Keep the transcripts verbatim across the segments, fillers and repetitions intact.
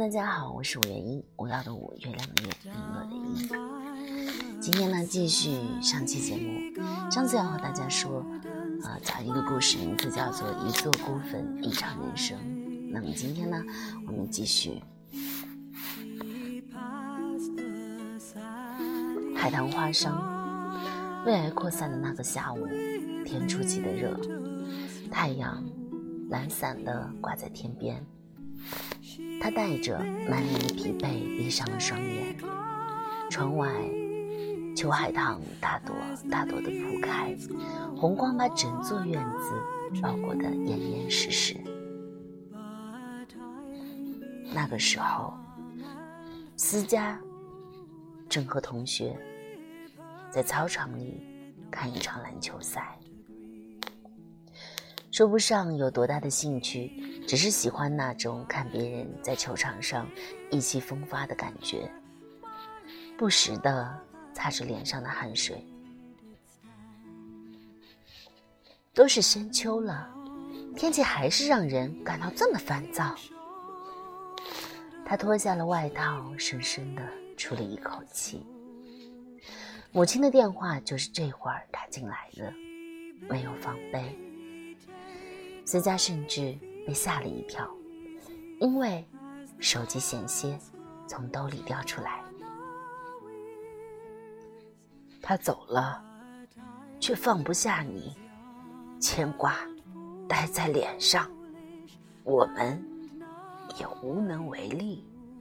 大家好，我是五月一，五要的五，月亮的月，璎珞的璎。今天呢，继续上期节目。上次要和大家说，呃，讲一个故事，名字叫做《一座孤坟，一场人生》。那么今天呢，我们继续。海棠花上，未来扩散的那个下午，天出奇的热，太阳懒散地挂在天边。他带着满脸的疲惫闭上了双眼，窗外秋海棠大朵大朵的铺开，红光把整座院子包裹得严严实实。那个时候，思佳正和同学在操场里看一场篮球赛，说不上有多大的兴趣，只是喜欢那种看别人在球场上意气风发的感觉，不时地擦着脸上的汗水。都是深秋了，天气还是让人感到这么烦躁。他脱下了外套，深深地出了一口气。母亲的电话就是这会儿打进来的，没有防备。思佳甚至被吓了一跳，因为手机险些从兜里掉出来。他走了，却放不下你，牵挂带在脸上，我们也无能为力。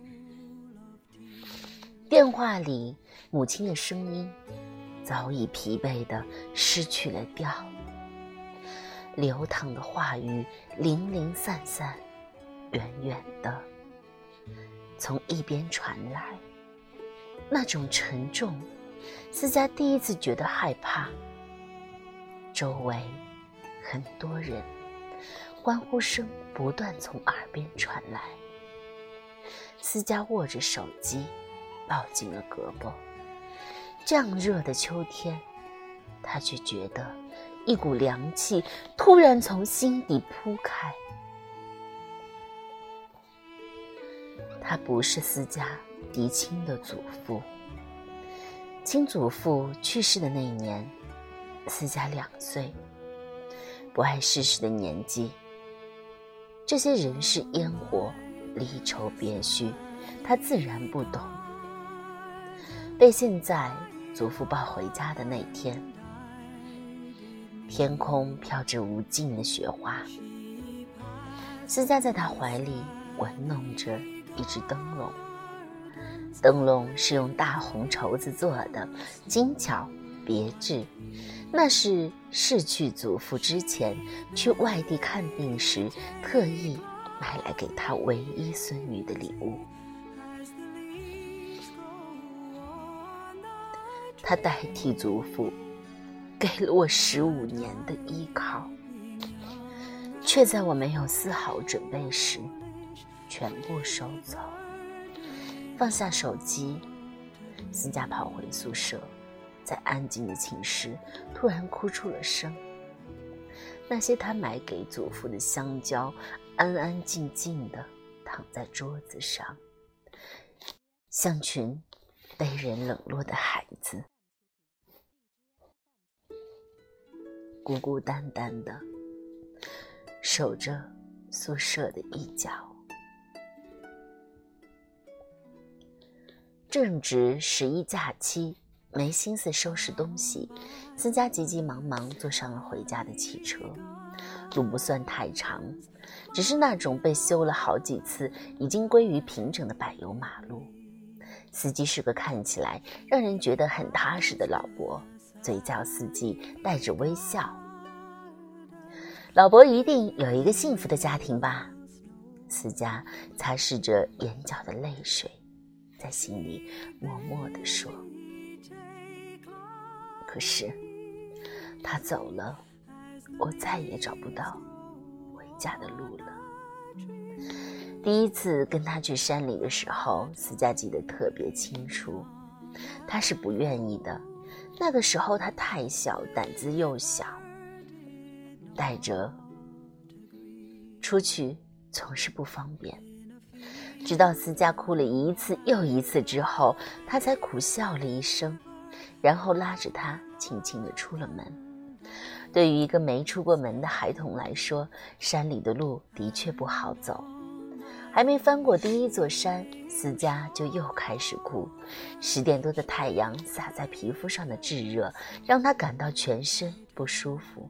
电话里母亲的声音早已疲惫地失去了调，流淌的话语零零散散，远远的从一边传来，那种沉重，思佳第一次觉得害怕。周围很多人，欢呼声不断从耳边传来。思佳握着手机，抱紧了胳膊。这样热的秋天，她却觉得一股凉气突然从心底铺开。他不是思佳嫡亲的祖父，亲祖父去世的那一年，思佳两岁，不谙世事的年纪。这些人世烟火，离愁别绪，他自然不懂。被现在祖父抱回家的那天，天空飘着无尽的雪花，思佳在他怀里玩弄着一只灯笼，灯笼是用大红绸子做的，精巧别致，那是逝去祖父之前去外地看病时特意买来给他唯一孙女的礼物。他代替祖父给了我十五年的依靠，却在我没有丝毫准备时全部收走。放下手机，思佳跑回宿舍，在安静的寝室突然哭出了声。那些他买给祖父的香蕉安安静静地躺在桌子上，像群被人冷落的孩子，孤孤单单的守着宿舍的一角。正值十一假期，没心思收拾东西，思佳急急忙忙坐上了回家的汽车。路不算太长，只是那种被修了好几次已经归于平整的柏油马路。司机是个看起来让人觉得很踏实的老伯，嘴角司机带着微笑。老伯一定有一个幸福的家庭吧？思佳擦拭着眼角的泪水，在心里默默地说。可是他走了，我再也找不到回家的路了。第一次跟他去山里的时候，思佳记得特别清楚，他是不愿意的。那个时候他太小，胆子又小，带着出去总是不方便。 直到思佳哭了一次又一次之后，他才苦笑了一声，然后拉着他轻轻地出了门。对于一个没出过门的孩童来说，山里的路的确不好走。还没翻过第一座山，思佳就又开始哭。十点多的太阳洒在皮肤上的炙热，让她感到全身不舒服。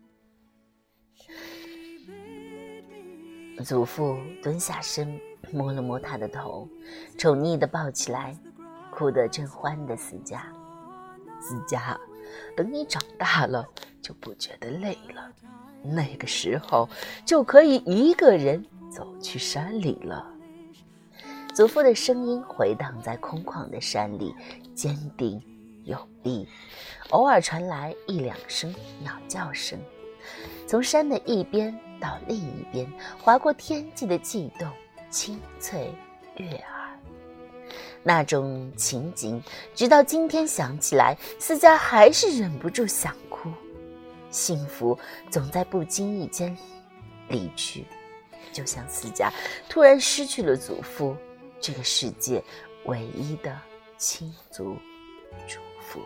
祖父蹲下身，摸了摸她的头，宠溺地抱起来哭得正欢的思佳。思佳，等你长大了就不觉得累了，那个时候就可以一个人走去山里了。祖父的声音回荡在空旷的山里，坚定有力，偶尔传来一两声鸟叫声，从山的一边到另一边，划过天际的悸动清脆悦耳。那种情景直到今天想起来，思佳还是忍不住想哭。幸福总在不经意间离去，就像思佳突然失去了祖父，这个世界唯一的亲族主妇。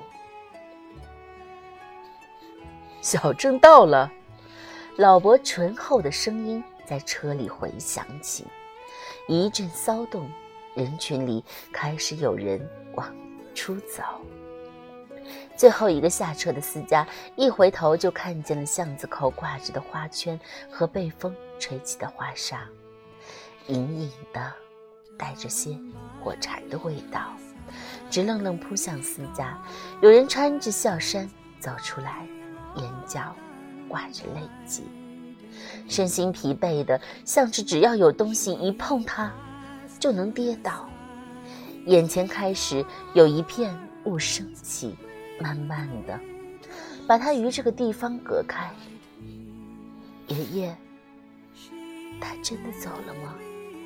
小镇到了，老伯醇厚的声音在车里回响起，一阵骚动，人群里开始有人往出走。最后一个下车的思佳一回头就看见了巷子口挂着的花圈和被风吹起的花纱，隐隐的带着些火柴的味道，直愣愣扑向思佳。有人穿着校衫走出来，眼角挂着泪迹，身心疲惫的像是只要有东西一碰它就能跌倒。眼前开始有一片雾升起，慢慢的把他与这个地方隔开。爷爷，他真的走了吗？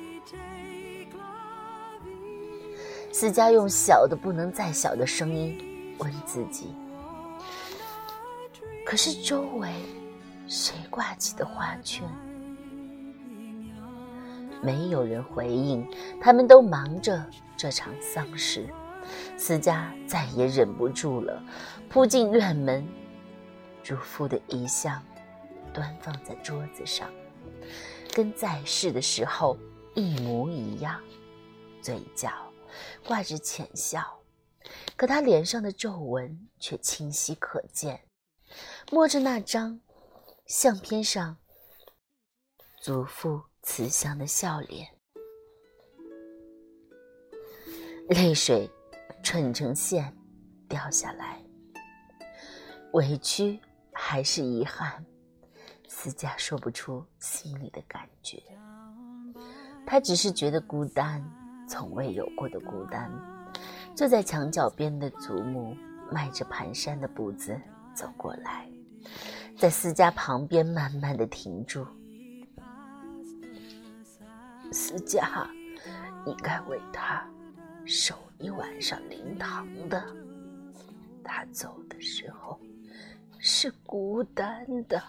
思佳用小的不能再小的声音问自己。可是周围谁挂起的花圈？没有人回应，他们都忙着这场丧事。思佳再也忍不住了，扑进院门，祖父的遗像端放在桌子上，跟在世的时候一模一样，嘴角挂着浅笑，可他脸上的皱纹却清晰可见。摸着那张相片上祖父慈祥的笑脸，泪水串成线掉下来，委屈还是遗憾，思佳说不出心里的感觉。他只是觉得孤单，从未有过的孤单。坐在墙角边的祖母迈着蹒跚的步子走过来，在思佳旁边慢慢地停住。思佳，你该为他守一晚上灵堂的，他走的时候是孤单的。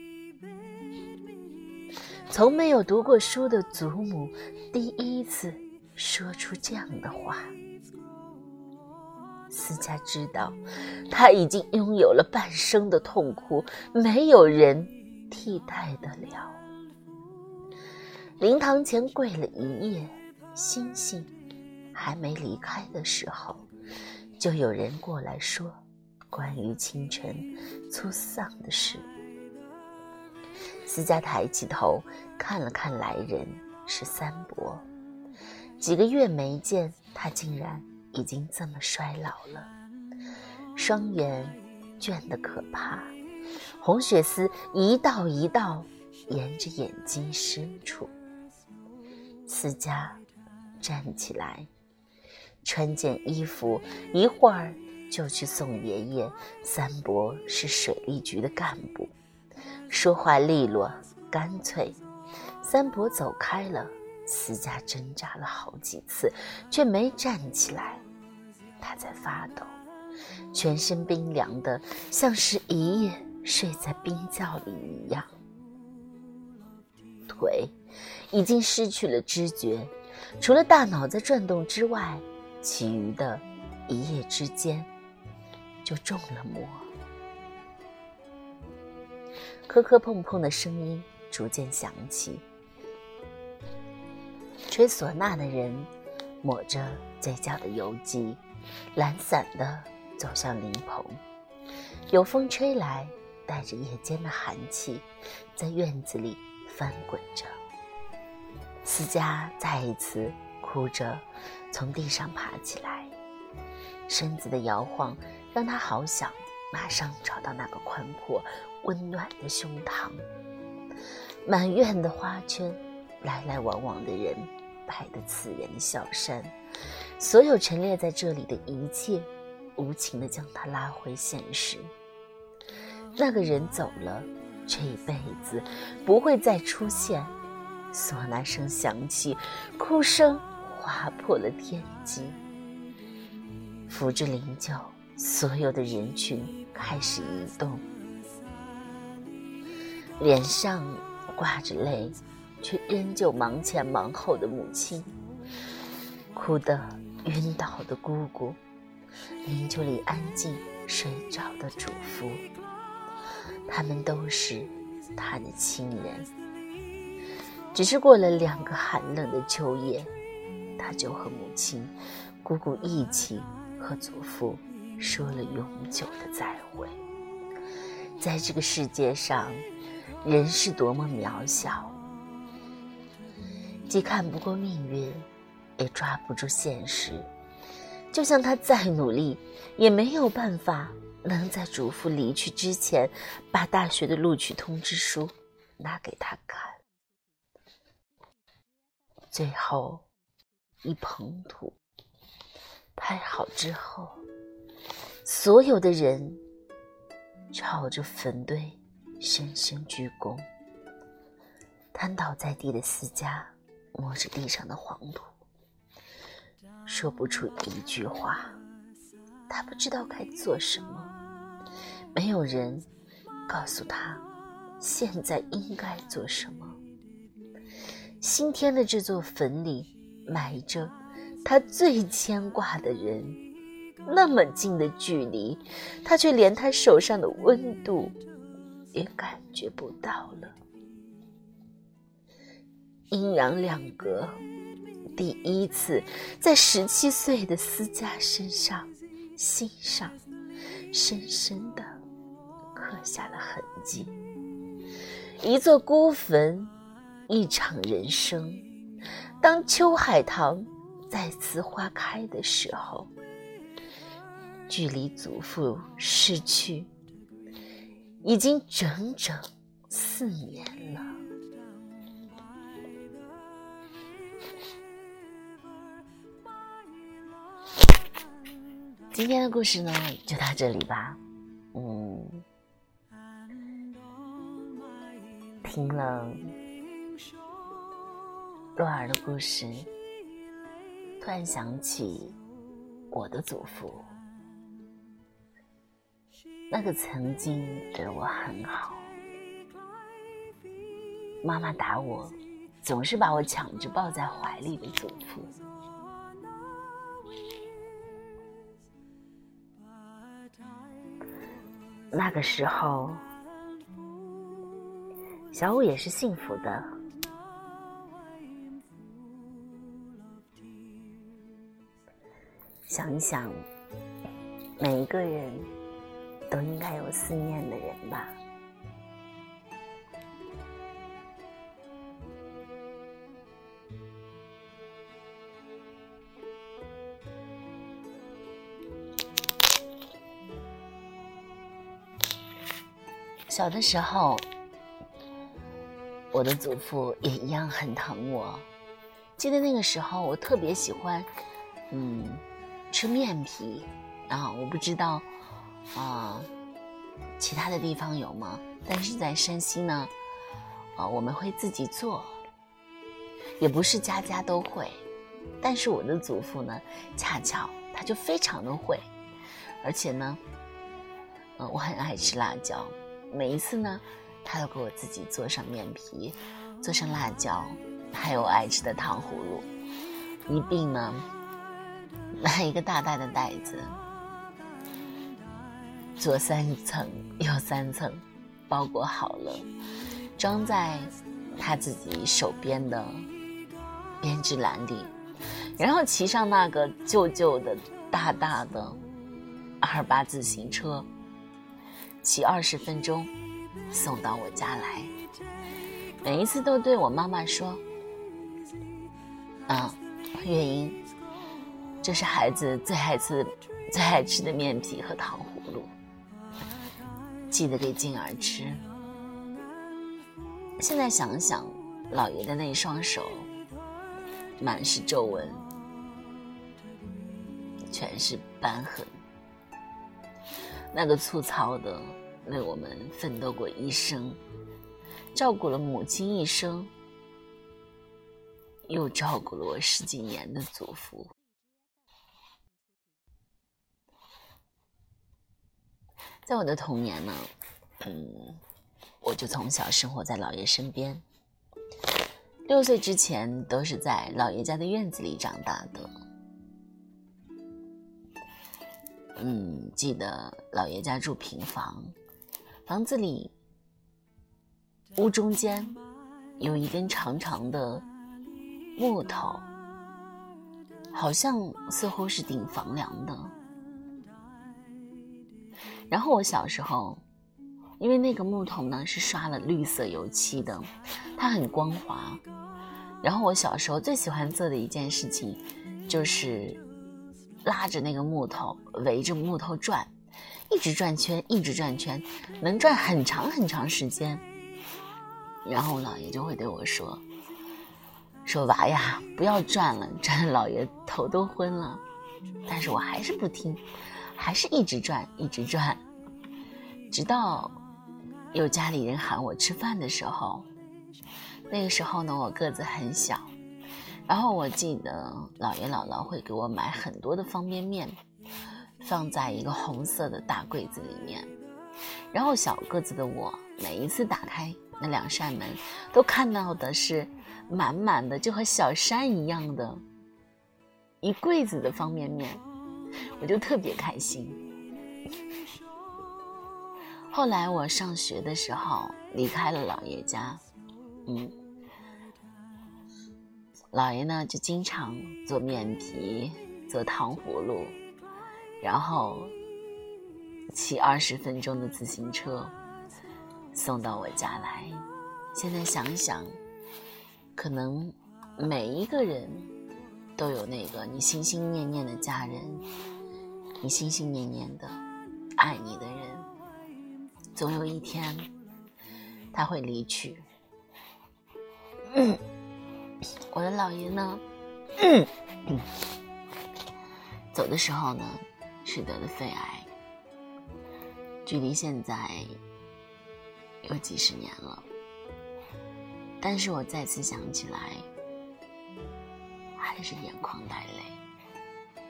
从没有读过书的祖母第一次说出这样的话。思佳知道他已经拥有了半生的痛苦，没有人替代得了。灵堂前跪了一夜，星星还没离开的时候，就有人过来说关于清晨出丧的事。思佳抬起头看了看来人，是三伯。几个月没见，他竟然已经这么衰老了，双眼倦得可怕，红血丝一道一道沿着眼睛深处。思佳站起来，穿件衣服，一会儿就去送爷爷。三伯是水利局的干部，说话利落干脆。三伯走开了，思佳挣扎了好几次，却没站起来。他在发抖，全身冰凉的，像是一夜睡在冰窖里一样。腿已经失去了知觉， 除了大脑在转动之外，其余的一夜之间就中了魔。磕磕碰碰的声音逐渐响起，吹唢呐的人抹着嘴角的油迹，懒散地走向灵棚。有风吹来，带着夜间的寒气，在院子里翻滚着。思佳再一次哭着从地上爬起来，身子的摇晃让他好想马上找到那个宽阔温暖的胸膛。满院的花圈，来来往往的人，摆得刺眼的小山，所有陈列在这里的一切无情地将他拉回现实。那个人走了，这一辈子不会再出现。唢呐声响起，哭声划破了天际。扶着灵柩，所有的人群开始移动，脸上挂着泪，却仍旧忙前忙后的母亲，哭得晕倒的姑姑，灵柩里安静睡着的主妇，他们都是他的亲人。只是过了两个寒冷的秋夜，他就和母亲、姑姑一起和祖父说了永久的再会。在这个世界上，人是多么渺小，既看不过命运，也抓不住现实。就像他再努力，也没有办法能在祖父离去之前，把大学的录取通知书拿给他看。最后一捧土拍好之后，所有的人朝着坟堆深深鞠躬。瘫倒在地的思佳摸着地上的黄土，说不出一句话。他不知道该做什么，没有人告诉他现在应该做什么。新添的这座坟里埋着他最牵挂的人，那么近的距离，他却连他手上的温度也感觉不到了。阴阳两隔，第一次在十七岁的思佳身上、心上深深地刻下了痕迹。一座孤坟，一场人生。当秋海棠再次花开的时候，距离祖父逝去已经整整四年了。今天的故事呢，就到这里吧。嗯，听了洛尔的故事，突然想起我的祖父，那个曾经对我很好，妈妈打我，总是把我抢着抱在怀里的祖父。那个时候，小五也是幸福的。想一想，每一个人都应该有思念的人吧。小的时候，我的祖父也一样很疼我。记得那个时候，我特别喜欢，嗯，吃面皮啊。我不知道，啊、呃，其他的地方有吗？但是在山西呢，啊、呃，我们会自己做，也不是家家都会。但是我的祖父呢，恰巧他就非常的会，而且呢，呃，我很爱吃辣椒。每一次呢，他都给我自己做上面皮，做上辣椒，还有我爱吃的糖葫芦。 一并呢拿一个大大的袋子，左三层右三层包裹好了，装在他自己手编的编织篮里，然后骑上那个旧旧的大大的二八自行车，骑二十分钟送到我家来。每一次都对我妈妈说，啊，月英，这是孩子最爱吃最爱吃的面皮和糖葫芦，记得给静儿吃。现在想想，老爷的那双手满是皱纹，全是瘢痕，那个粗糙的为我们奋斗过一生，照顾了母亲一生，又照顾了我十几年的祖父。在我的童年呢，嗯，我就从小生活在姥爷身边，六岁之前都是在姥爷家的院子里长大的。嗯，记得姥爷家住平房，房子里屋中间有一根长长的木头，好像似乎是顶房梁的。然后我小时候，因为那个木头呢是刷了绿色油漆的，它很光滑。然后我小时候最喜欢做的一件事情，就是拉着那个木头，围着木头转，一直转圈，一直转圈，能转很长很长时间。然后姥爷就会对我说，说娃呀，不要转了，转得姥爷头都昏了。但是我还是不听，还是一直转，一直转，直到有家里人喊我吃饭的时候。那个时候呢，我个子很小，然后我记得姥爷姥姥会给我买很多的方便面，放在一个红色的大柜子里面。然后小个子的我，每一次打开那两扇门，都看到的是满满的，就和小山一样的一柜子的方便面，我就特别开心。后来我上学的时候离开了姥爷家，嗯，姥爷呢就经常做面皮，做糖葫芦，然后骑二十分钟的自行车送到我家来。现在想想，可能每一个人都有那个你心心念念的家人，你心心念念的爱你的人，总有一天他会离去。嗯，我的姥爷呢，嗯嗯、走的时候呢是得了肺癌，距离现在有几十年了，但是我再次想起来还是眼眶带泪，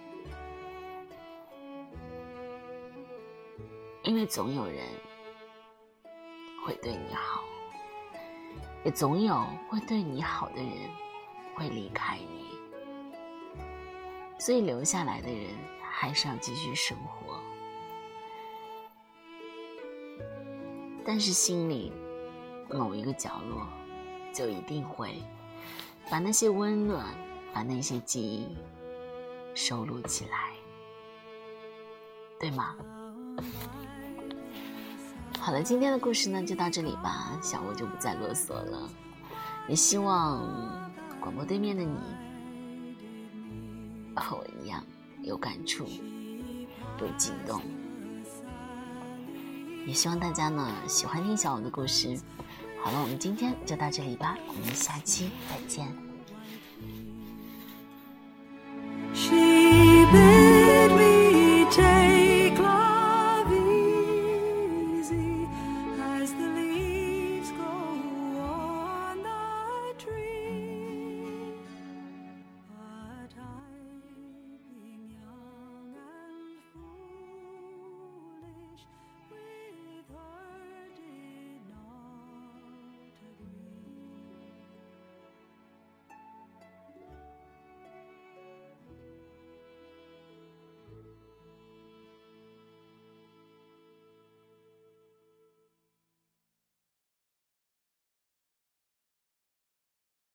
因为总有人会对你好，也总有会对你好的人会离开你，所以留下来的人还是要继续生活，但是心里某一个角落就一定会把那些温暖，把那些记忆收录起来，对吗？好了，今天的故事呢就到这里吧，小吴就不再啰嗦了。也希望广播对面的你和我一样有感触，有激动。也希望大家呢喜欢听小吴的故事。好了，我们今天就到这里吧，我们下期再见。